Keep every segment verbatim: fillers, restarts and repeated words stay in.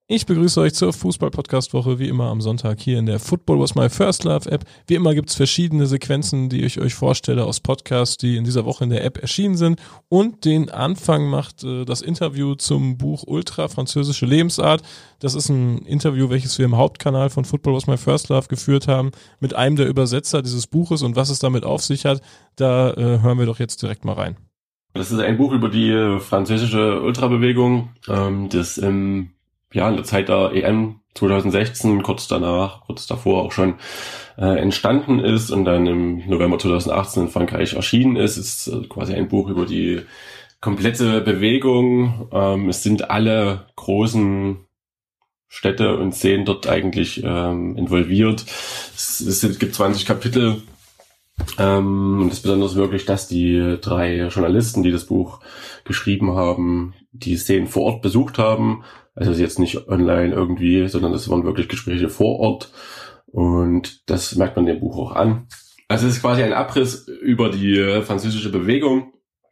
Ich begrüße euch zur Fußball-Podcast-Woche, wie immer am Sonntag hier in der Football Was My First Love-App. Wie immer gibt es verschiedene Sequenzen, die ich euch vorstelle aus Podcasts, die in dieser Woche in der App erschienen sind. Und den Anfang macht äh, das Interview zum Buch Ultra, französische Lebensart. Das ist ein Interview, welches wir im Hauptkanal von Football Was My First Love geführt haben, mit einem der Übersetzer dieses Buches und was es damit auf sich hat. Da äh, hören wir doch jetzt direkt mal rein. Das ist ein Buch über die französische Ultrabewegung, ähm, das im ja, in der Zeit der E M zwanzig sechzehn, kurz danach, kurz davor auch schon äh, entstanden ist und dann im November zwanzig achtzehn in Frankreich erschienen ist. Es ist äh, quasi ein Buch über die komplette Bewegung. Ähm, es sind alle großen Städte und Szenen dort eigentlich ähm, involviert. Es, es gibt zwanzig Kapitel. Ähm, und das Besondere ist wirklich, dass die drei Journalisten, die das Buch geschrieben haben, die Szenen vor Ort besucht haben. Also jetzt nicht online irgendwie, sondern das waren wirklich Gespräche vor Ort. Und das merkt man dem Buch auch an. Also es ist quasi ein Abriss über die französische Bewegung.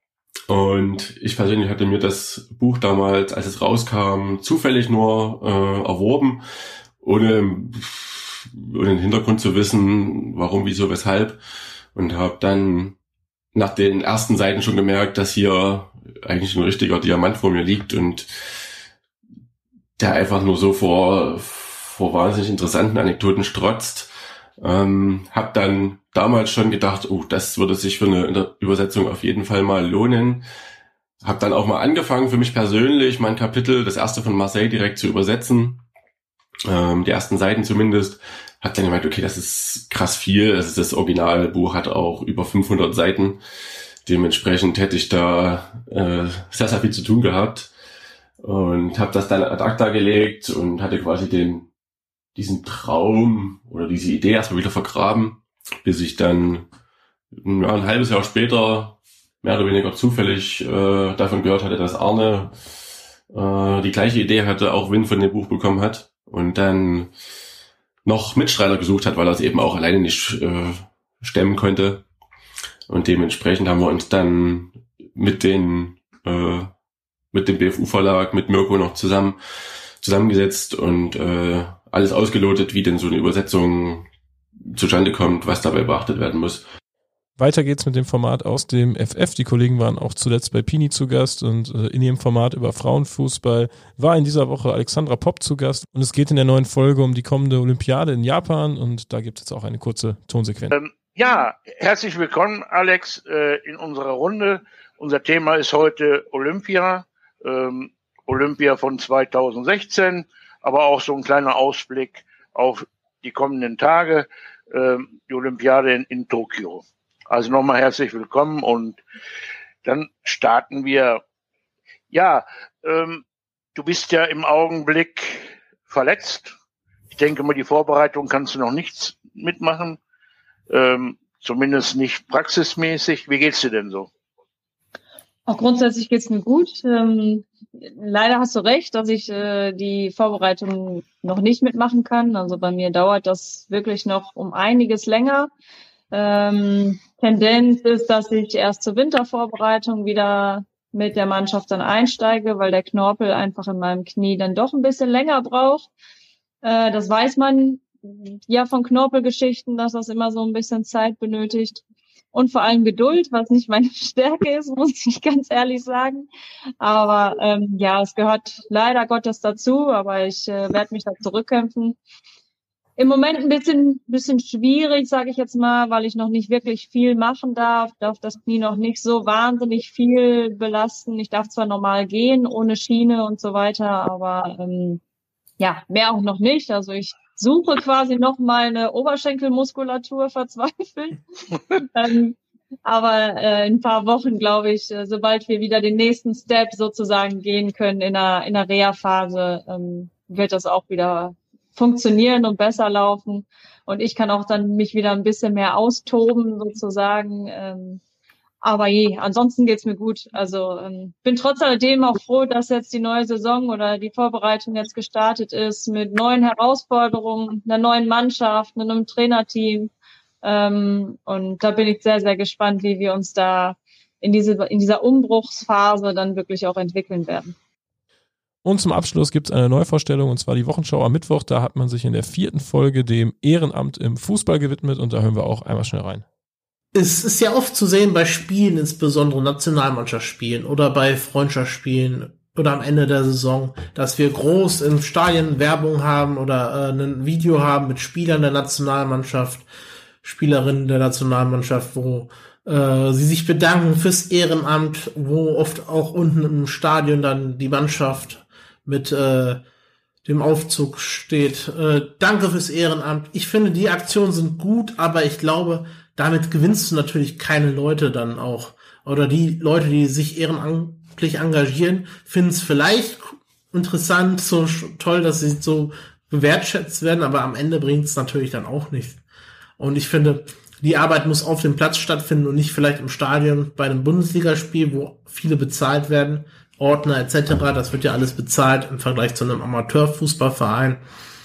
Und ich persönlich hatte mir das Buch damals, als es rauskam, zufällig nur äh, erworben, ohne, ohne den Hintergrund zu wissen, warum, wieso, weshalb. Und habe dann nach den ersten Seiten schon gemerkt, dass hier eigentlich ein richtiger Diamant vor mir liegt und der einfach nur so vor, vor wahnsinnig interessanten Anekdoten strotzt. Ähm, hab dann damals schon gedacht, oh, das würde sich für eine Übersetzung auf jeden Fall mal lohnen. Hab dann auch mal angefangen, für mich persönlich mein Kapitel, das erste von Marseille, direkt zu übersetzen. Ähm, die ersten Seiten zumindest. Hab dann gemerkt, okay, das ist krass viel. Also das Originalbuch hat auch über fünfhundert Seiten. Dementsprechend hätte ich da äh, sehr, sehr viel zu tun gehabt. Und habe das dann ad acta gelegt und hatte quasi den diesen Traum oder diese Idee erstmal wieder vergraben, bis ich dann ja, ein halbes Jahr später mehr oder weniger zufällig äh, davon gehört hatte, dass Arne äh, die gleiche Idee hatte, auch Wind von dem Buch bekommen hat und dann noch Mitschreiber gesucht hat, weil er es eben auch alleine nicht äh, stemmen konnte. Und dementsprechend haben wir uns dann mit den äh, mit dem B F U-Verlag, mit Mirko noch zusammen zusammengesetzt und äh, alles ausgelotet, wie denn so eine Übersetzung zustande kommt, was dabei beachtet werden muss. Weiter geht's mit dem Format aus dem F F. Die Kollegen waren auch zuletzt bei Pini zu Gast und äh, in ihrem Format über Frauenfußball war in dieser Woche Alexandra Popp zu Gast. Und es geht in der neuen Folge um die kommende Olympiade in Japan und da gibt es jetzt auch eine kurze Tonsequenz. Ähm, ja, herzlich willkommen, Alex, äh, in unserer Runde. Unser Thema ist heute Olympia, ähm, Olympia von zwanzig sechzehn, aber auch so ein kleiner Ausblick auf die kommenden Tage, ähm, die Olympiade in, in Tokio. Also nochmal herzlich willkommen und dann starten wir. Ja, ähm, du bist ja im Augenblick verletzt. Ich denke mal, die Vorbereitung kannst du noch nichts mitmachen, ähm, zumindest nicht praxismäßig. Wie geht's dir denn so? Auch grundsätzlich geht's mir gut. Ähm, leider hast du recht, dass ich äh, die Vorbereitung noch nicht mitmachen kann. Also bei mir dauert das wirklich noch um einiges länger. Ähm, Tendenz ist, dass ich erst zur Wintervorbereitung wieder mit der Mannschaft dann einsteige, weil der Knorpel einfach in meinem Knie dann doch ein bisschen länger braucht. Äh, das weiß man ja von Knorpelgeschichten, dass das immer so ein bisschen Zeit benötigt. Und vor allem Geduld, was nicht meine Stärke ist, muss ich ganz ehrlich sagen. Aber ähm, ja, es gehört leider Gottes dazu, aber ich äh, werde mich da zurückkämpfen. Im Moment ein bisschen bisschen schwierig, sage ich jetzt mal, weil ich noch nicht wirklich viel machen darf, darf das Knie noch nicht so wahnsinnig viel belasten. Ich darf zwar normal gehen, ohne Schiene und so weiter, aber ähm, ja, mehr auch noch nicht. Also ich suche quasi noch mal eine Oberschenkelmuskulatur verzweifelt. ähm, aber äh, in ein paar Wochen, glaube ich, äh, sobald wir wieder den nächsten Step sozusagen gehen können in der in der Reha-Phase, ähm, wird das auch wieder funktionieren und besser laufen. Und ich kann auch dann mich wieder ein bisschen mehr austoben sozusagen. Ähm, aber je, ansonsten geht's mir gut. Also ähm, bin trotz alledem auch froh, dass jetzt die neue Saison oder die Vorbereitung jetzt gestartet ist mit neuen Herausforderungen, einer neuen Mannschaft, einem Trainerteam. Ähm, und da bin ich sehr, sehr gespannt, wie wir uns da in diese in dieser Umbruchsphase dann wirklich auch entwickeln werden. Und zum Abschluss gibt es eine Neuvorstellung, und zwar die Wochenschau am Mittwoch. Da hat man sich in der vierten Folge dem Ehrenamt im Fußball gewidmet und da hören wir auch einmal schnell rein. Es ist ja oft zu sehen bei Spielen, insbesondere Nationalmannschaftsspielen oder bei Freundschaftsspielen oder am Ende der Saison, dass wir groß im Stadion Werbung haben oder äh, ein Video haben mit Spielern der Nationalmannschaft, Spielerinnen der Nationalmannschaft, wo äh, sie sich bedanken fürs Ehrenamt, wo oft auch unten im Stadion dann die Mannschaft mit äh, dem Aufzug steht. Äh, danke fürs Ehrenamt. Ich finde, die Aktionen sind gut, aber ich glaube, damit gewinnst du natürlich keine Leute dann auch. Oder die Leute, die sich ehrenamtlich engagieren, finden es vielleicht interessant, so toll, dass sie so gewertschätzt werden, aber am Ende bringt es natürlich dann auch nichts. Und ich finde, die Arbeit muss auf dem Platz stattfinden und nicht vielleicht im Stadion bei einem Bundesligaspiel, wo viele bezahlt werden, Ordner et cetera. Das wird ja alles bezahlt im Vergleich zu einem Amateurfußballverein.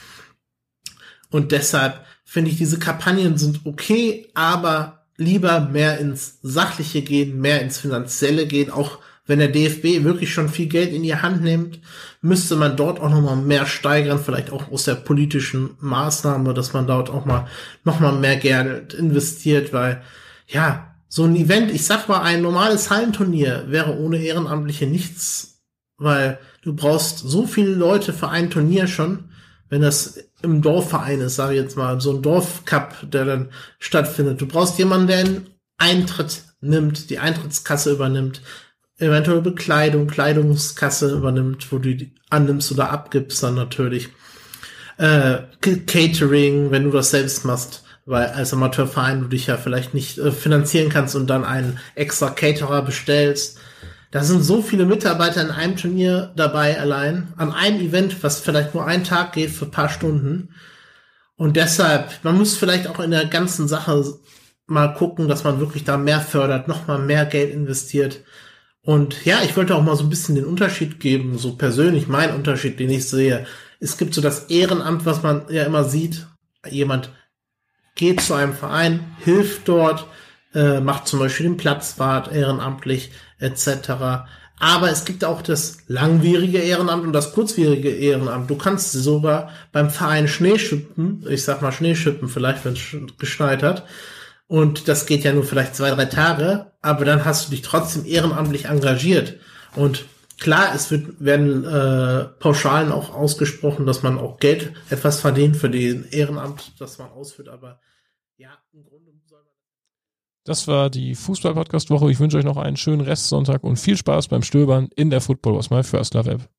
Und deshalb finde ich, diese Kampagnen sind okay, aber lieber mehr ins Sachliche gehen, mehr ins Finanzielle gehen. Auch wenn der D F B wirklich schon viel Geld in die Hand nimmt, müsste man dort auch nochmal mehr steigern, vielleicht auch aus der politischen Maßnahme, dass man dort auch mal nochmal mehr Geld investiert, weil, ja, so ein Event, ich sag mal, ein normales Hallenturnier wäre ohne Ehrenamtliche nichts, weil du brauchst so viele Leute für ein Turnier schon, wenn das im Dorfverein ist, sage ich jetzt mal, so ein Dorfcup, der dann stattfindet. Du brauchst jemanden, der einen Eintritt nimmt, die Eintrittskasse übernimmt, eventuell Bekleidung, Kleidungskasse übernimmt, wo du die annimmst oder abgibst dann natürlich. Äh, Catering, wenn du das selbst machst, weil als Amateurverein du dich ja vielleicht nicht äh, finanzieren kannst und dann einen extra Caterer bestellst. Da sind so viele Mitarbeiter in einem Turnier dabei allein, an einem Event, was vielleicht nur einen Tag geht für ein paar Stunden. Und deshalb, man muss vielleicht auch in der ganzen Sache mal gucken, dass man wirklich da mehr fördert, nochmal mehr Geld investiert. Und ja, ich wollte auch mal so ein bisschen den Unterschied geben, so persönlich mein Unterschied, den ich sehe. Es gibt so das Ehrenamt, was man ja immer sieht. Jemand geht zu einem Verein, hilft dort, äh, macht zum Beispiel den Platzwart ehrenamtlich et cetera. Aber es gibt auch das langwierige Ehrenamt und das kurzwierige Ehrenamt. Du kannst sogar beim Verein Schneeschippen, ich sag mal Schneeschippen vielleicht, wenn es geschneit hat, und das geht ja nur vielleicht zwei, drei Tage, aber dann hast du dich trotzdem ehrenamtlich engagiert. Und klar, es wird, werden äh, Pauschalen auch ausgesprochen, dass man auch Geld etwas verdient für den Ehrenamt, das man ausführt, aber ja, im Grunde soll man... Das war die Fußball-Podcast-Woche. Ich wünsche euch noch einen schönen Restsonntag und viel Spaß beim Stöbern in der Football Was My First Love App.